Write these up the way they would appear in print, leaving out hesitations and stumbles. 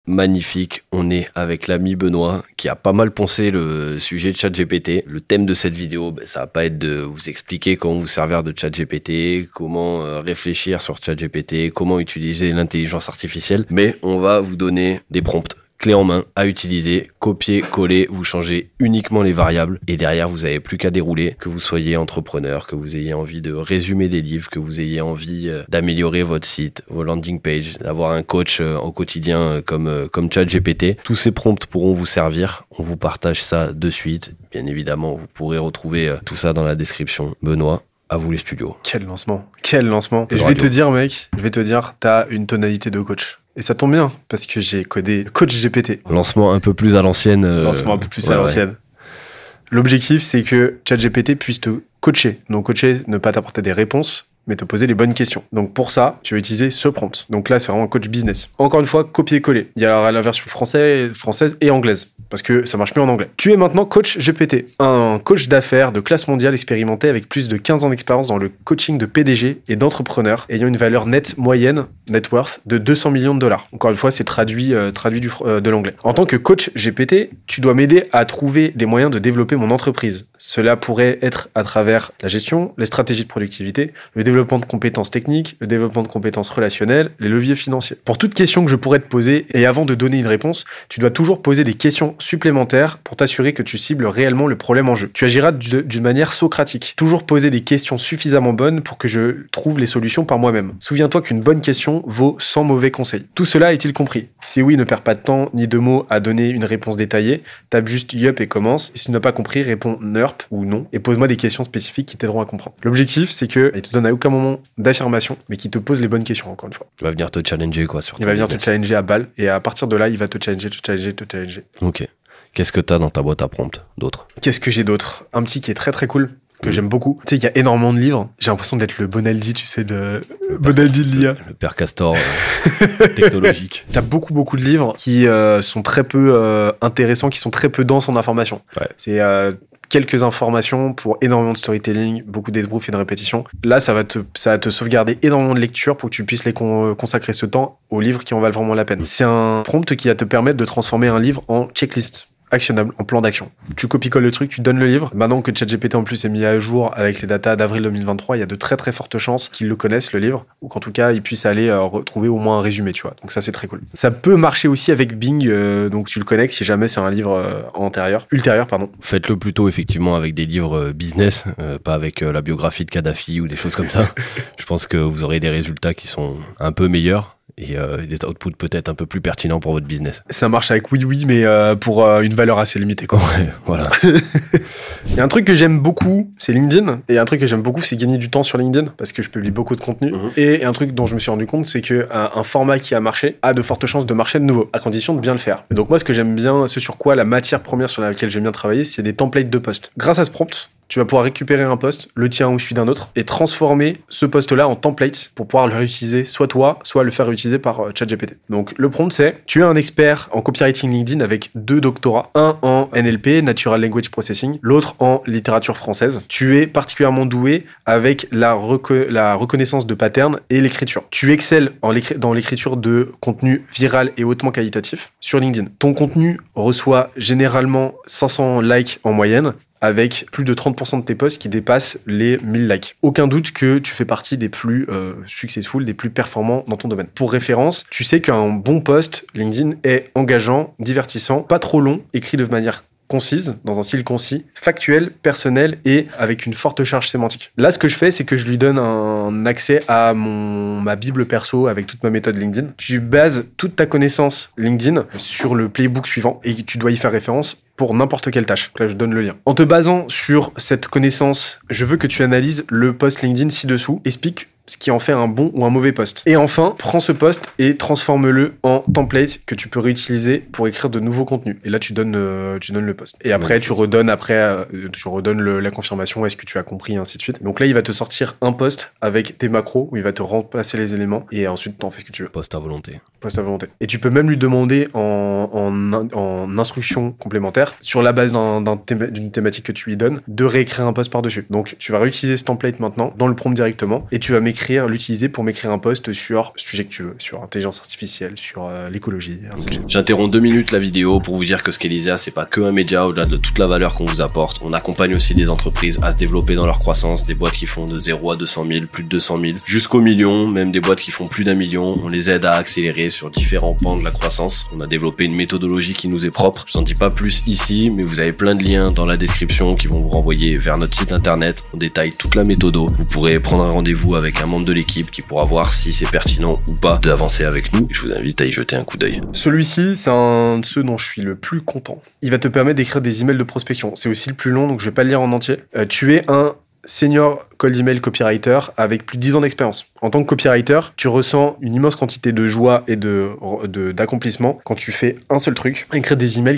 Magnifique, on est avec l'ami Benoît qui a pas mal poncé le sujet de ChatGPT. Le thème de cette vidéo, ça va pas être de vous expliquer comment vous servir de ChatGPT, comment réfléchir sur ChatGPT, comment utiliser l'intelligence artificielle, mais on va vous donner des prompts clé en main à utiliser, copier, coller, vous changez uniquement les variables et derrière vous n'avez plus qu'à dérouler, que vous soyez entrepreneur, que vous ayez envie de résumer des livres, que vous ayez envie d'améliorer votre site, vos landing pages, d'avoir un coach au quotidien comme ChatGPT. Tous ces prompts pourront vous servir, on vous partage ça de suite. Bien évidemment, vous pourrez retrouver tout ça dans la description. Benoît, à vous les studios. Quel lancement. Et je vais te dire, mec, t'as une tonalité de coach. Et ça tombe bien, parce que j'ai codé Coach GPT. Lancement un peu plus à l'ancienne. Ouais. L'objectif, c'est que ChatGPT puisse te coacher. Donc coacher, ne pas t'apporter des réponses, mais te poser les bonnes questions. Donc pour ça, tu vas utiliser ce prompt. Donc là, c'est vraiment un coach business. Encore une fois, copier-coller. Il y a la version française et anglaise, parce que ça marche mieux en anglais. Tu es maintenant coach GPT, un coach d'affaires de classe mondiale expérimenté avec plus de 15 ans d'expérience dans le coaching de PDG et d'entrepreneurs, ayant une valeur nette moyenne, net worth, de 200 millions de dollars. Encore une fois, c'est traduit de l'anglais. En tant que coach GPT, tu dois m'aider à trouver des moyens de développer mon entreprise. Cela pourrait être à travers la gestion, les stratégies de productivité, le développement de compétences techniques, le développement de compétences relationnelles, les leviers financiers. Pour toute question que je pourrais te poser, et avant de donner une réponse, tu dois toujours poser des questions supplémentaires pour t'assurer que tu cibles réellement le problème en jeu. Tu agiras d'une manière socratique. Toujours poser des questions suffisamment bonnes pour que je trouve les solutions par moi-même. Souviens-toi qu'une bonne question vaut 100 mauvais conseils. Tout cela est-il compris? Si oui, ne perds pas de temps ni de mots à donner une réponse détaillée. Tape juste yup et commence. Et si tu n'as pas compris, réponds NERP ou non et pose-moi des questions spécifiques qui t'aideront à comprendre. L'objectif, c'est que il te donne à aucun moment d'affirmation, mais qui te pose les bonnes questions, encore une fois. Il va venir te challenger, quoi. Il va venir te challenger à balle, et à partir de là, il va te challenger. Ok. Qu'est-ce que t'as dans ta boîte à prompt d'autre? Qu'est-ce que j'ai d'autre? Un petit qui est très très cool, que j'aime beaucoup. Tu sais, il y a énormément de livres. J'ai l'impression d'être le Bonaldi, tu sais, Bonaldi de l'IA. Le père Castor technologique. T'as beaucoup de livres qui sont très peu intéressants, qui sont très peu denses en informations. Ouais. C'est quelques informations pour énormément de storytelling, beaucoup d'esbrouf et de répétition. Là, ça va te sauvegarder énormément de lectures pour que tu puisses consacrer ce temps aux livres qui en valent vraiment la peine. C'est un prompt qui va te permettre de transformer un livre en checklist actionnable, en plan d'action. Tu copie-colles le truc, tu donnes le livre. Maintenant que ChatGPT en plus est mis à jour avec les datas d'avril 2023, il y a de très très fortes chances qu'ils le connaissent, le livre, ou qu'en tout cas, ils puissent aller retrouver au moins un résumé, tu vois. Donc ça, c'est très cool. Ça peut marcher aussi avec Bing, donc tu le connectes si jamais c'est un livre ultérieur. Faites-le plutôt effectivement avec des livres business, pas avec la biographie de Kadhafi ou des choses comme ça. Je pense que vous aurez des résultats qui sont un peu meilleurs. Et des outputs peut-être un peu plus pertinents pour votre business. Ça marche avec oui, mais pour une valeur assez limitée, quoi. Ouais, voilà. Il y a un truc que j'aime beaucoup, c'est LinkedIn. Et un truc que j'aime beaucoup, c'est gagner du temps sur LinkedIn, parce que je publie beaucoup de contenu. Et un truc dont je me suis rendu compte, c'est que un format qui a marché a de fortes chances de marcher de nouveau, à condition de bien le faire. Et donc moi, ce que j'aime bien, ce sur quoi la matière première sur laquelle j'aime bien travailler, c'est des templates de posts. Grâce à ce prompt, tu vas pouvoir récupérer un post, le tien ou celui d'un autre, et transformer ce post-là en template pour pouvoir le réutiliser soit toi, soit le faire réutiliser par ChatGPT. Donc le prompt, c'est: tu es un expert en copywriting LinkedIn avec 2 doctorats, un en NLP, Natural Language Processing, l'autre en littérature française. Tu es particulièrement doué avec la reconnaissance de patterns et l'écriture. Tu excelles dans l'écriture de contenu viral et hautement qualitatif sur LinkedIn. Ton contenu reçoit généralement 500 likes en moyenne, avec plus de 30% de tes posts qui dépassent les 1000 likes. Aucun doute que tu fais partie des plus successful, des plus performants dans ton domaine. Pour référence, tu sais qu'un bon post LinkedIn est engageant, divertissant, pas trop long, écrit de manière concise, dans un style concis, factuel, personnel et avec une forte charge sémantique. Là, ce que je fais, c'est que je lui donne un accès à ma bible perso avec toute ma méthode LinkedIn. Tu bases toute ta connaissance LinkedIn sur le playbook suivant et tu dois y faire référence pour n'importe quelle tâche. Là, je donne le lien. En te basant sur cette connaissance, je veux que tu analyses le post LinkedIn ci-dessous. Explique ce qui en fait un bon ou un mauvais post. Et enfin, prends ce post et transforme-le en template que tu peux réutiliser pour écrire de nouveaux contenus. Et là, tu donnes le post. Et après, tu redonnes la confirmation, est-ce que tu as compris, et ainsi de suite. Donc là, il va te sortir un post avec tes macros où il va te remplacer les éléments et ensuite, t'en fais ce que tu veux. Post à volonté. Et tu peux même lui demander en instruction complémentaire, sur la base d'une thématique que tu lui donnes, de réécrire un post par-dessus. Donc, tu vas réutiliser ce template maintenant dans le prompt directement et tu vas m'écrire l'utiliser pour m'écrire un post sur le sujet que tu veux, sur l'intelligence artificielle, sur l'écologie, ainsi de suite. J'interromps 2 minutes la vidéo pour vous dire que Scalisia, c'est pas que un média, au-delà de toute la valeur qu'on vous apporte. On accompagne aussi des entreprises à se développer dans leur croissance, des boîtes qui font de 0 à 200 000, plus de 200 000, jusqu'au million, même des boîtes qui font plus d'1 million. On les aide à accélérer sur différents pans de la croissance. On a développé une méthodologie qui nous est propre. Je vous en dis pas plus ici, mais vous avez plein de liens dans la description qui vont vous renvoyer vers notre site internet. On détaille toute la méthodo. Vous pourrez prendre un rendez-vous avec un membre de l'équipe qui pourra voir si c'est pertinent ou pas d'avancer avec nous. Je vous invite à y jeter un coup d'œil. Celui-ci, c'est un de ceux dont je suis le plus content. Il va te permettre d'écrire des emails de prospection. C'est aussi le plus long, donc je vais pas le lire en entier. Tu es un senior cold email copywriter avec plus de 10 ans d'expérience. En tant que copywriter, tu ressens une immense quantité de joie et d'accomplissement quand tu fais un seul truc, écrire des emails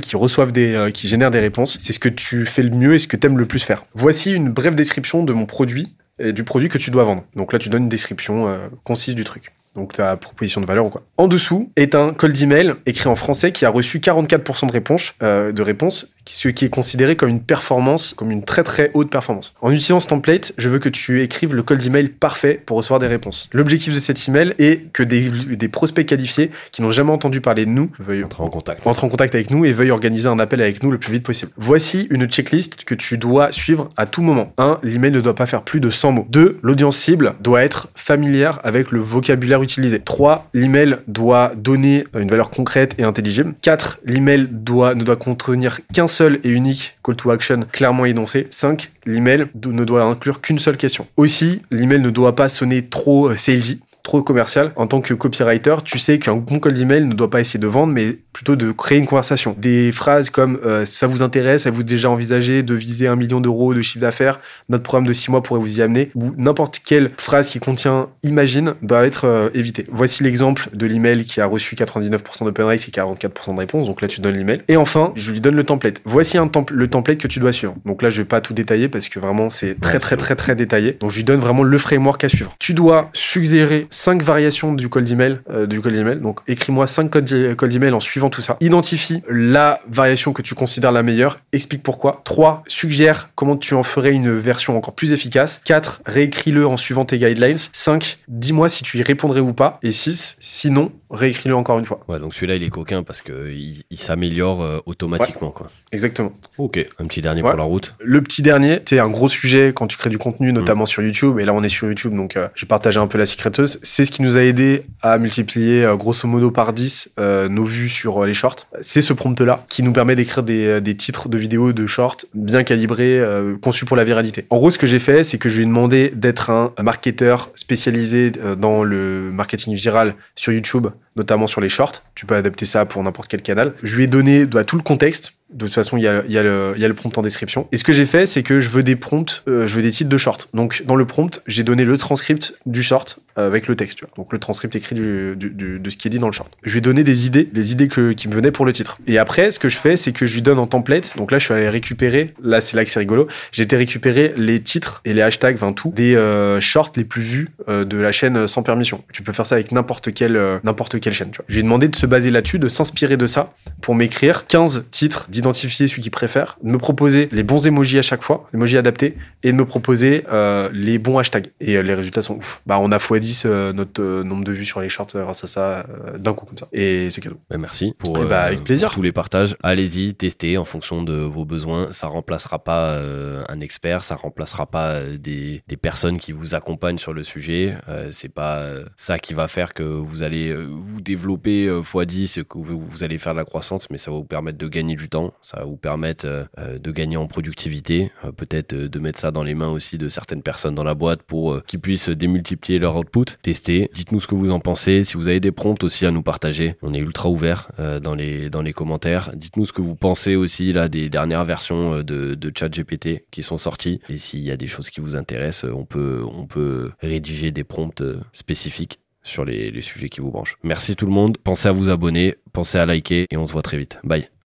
qui génèrent des réponses. C'est ce que tu fais le mieux et ce que tu aimes le plus faire. Voici une brève description de mon produit et du produit que tu dois vendre. Donc là, tu donnes une description concise du truc. Donc ta proposition de valeur ou quoi. En dessous est un cold email écrit en français qui a reçu 44% de réponses, ce qui est considéré comme une performance, comme une très très haute performance. En utilisant ce template, je veux que tu écrives le cold email parfait pour recevoir des réponses. L'objectif de cet email est que des prospects qualifiés qui n'ont jamais entendu parler de nous veuillent entrer en contact avec nous et veuillent organiser un appel avec nous le plus vite possible. Voici une checklist que tu dois suivre à tout moment. 1. L'email ne doit pas faire plus de 100 mots. 2. L'audience cible doit être familière avec le vocabulaire utilisé. 3. L'email doit donner une valeur concrète et intelligible. 4. L'email ne doit contenir qu'un seul et unique call to action clairement énoncé. 5. L'email ne doit inclure qu'une seule question. Aussi, l'email ne doit pas sonner trop salesy, trop commercial. En tant que copywriter, tu sais qu'un bon cold email ne doit pas essayer de vendre, mais plutôt de créer une conversation. Des phrases comme ça vous intéresse, avez-vous déjà envisagé de viser 1 million d'euros de chiffre d'affaires, notre programme de 6 mois pourrait vous y amener, ou n'importe quelle phrase qui contient imagine doit être évitée. Voici l'exemple de l'email qui a reçu 99% d'open rate et 44% de réponses, donc là tu donnes l'email. Et enfin, je lui donne le template. Voici le template que tu dois suivre. Donc là je vais pas tout détailler parce que vraiment c'est très détaillé. Donc je lui donne vraiment le framework à suivre. Tu dois suggérer 5 variations du cold email. Donc écris-moi 5 cold email en suivant tout ça. Identifie la variation que tu considères la meilleure. Explique pourquoi. 3. Suggère comment tu en ferais une version encore plus efficace. 4. Réécris-le en suivant tes guidelines. 5. Dis-moi si tu y répondrais ou pas. Et 6. Sinon, réécris-le encore une fois. Ouais, donc celui-là, il est coquin parce qu'il s'améliore automatiquement. Ouais, quoi. Exactement. Ok, un petit dernier pour la route. Le petit dernier, c'est un gros sujet quand tu crées du contenu, notamment sur YouTube. Et là, on est sur YouTube, donc j'ai partagé un peu la secret sauce. C'est ce qui nous a aidé à multiplier grosso modo par 10 nos vues sur les shorts. C'est ce prompt-là qui nous permet d'écrire des titres de vidéos de shorts bien calibrés, conçus pour la viralité. En gros, ce que j'ai fait, c'est que je lui ai demandé d'être un marketeur spécialisé dans le marketing viral sur YouTube, notamment sur les shorts. Tu peux adapter ça pour n'importe quel canal. Je lui ai donné tout le contexte. De toute façon, il y a le prompt en description. Et ce que j'ai fait, c'est que je veux des prompts, je veux des titres de short. Donc, dans le prompt, j'ai donné le transcript du short avec le texte. Tu vois. Donc, le transcript écrit de ce qui est dit dans le short. Je lui ai donné des idées qui me venaient pour le titre. Et après, ce que je fais, c'est que je lui donne en template. Donc là, je suis allé récupérer, c'est là que c'est rigolo, j'ai été récupérer les titres et les hashtags, des shorts les plus vus de la chaîne sans permission. Tu peux faire ça avec n'importe quelle chaîne. Tu vois. Je lui ai demandé de se baser là-dessus, de s'inspirer de ça pour m'écrire 15 titres, d'identifier celui qu'il préfère, de me proposer les bons emojis à chaque fois, les emojis adaptés, et de me proposer les bons hashtags. Et les résultats sont ouf. On a x10 notre nombre de vues sur les shorts grâce à ça, d'un coup comme ça. Et c'est cadeau. Merci pour, avec plaisir. pour tous les partages. Allez-y, testez en fonction de vos besoins. Ça remplacera pas un expert, ça remplacera pas des personnes qui vous accompagnent sur le sujet. C'est pas ça qui va faire que vous allez vous développer x10 et que vous allez faire de la croissance, mais ça va vous permettre de gagner du temps. Ça va vous permettre de gagner en productivité, peut-être de mettre ça dans les mains aussi de certaines personnes dans la boîte pour qu'ils puissent démultiplier leur output. Testez, dites-nous ce que vous en pensez. Si vous avez des prompts aussi à nous partager, on est ultra ouvert dans les commentaires. Dites-nous ce que vous pensez aussi là des dernières versions de ChatGPT qui sont sorties. Et s'il y a des choses qui vous intéressent, on peut rédiger des prompts spécifiques sur les sujets qui vous branchent. Merci tout le monde. Pensez à vous abonner, pensez à liker et on se voit très vite. Bye.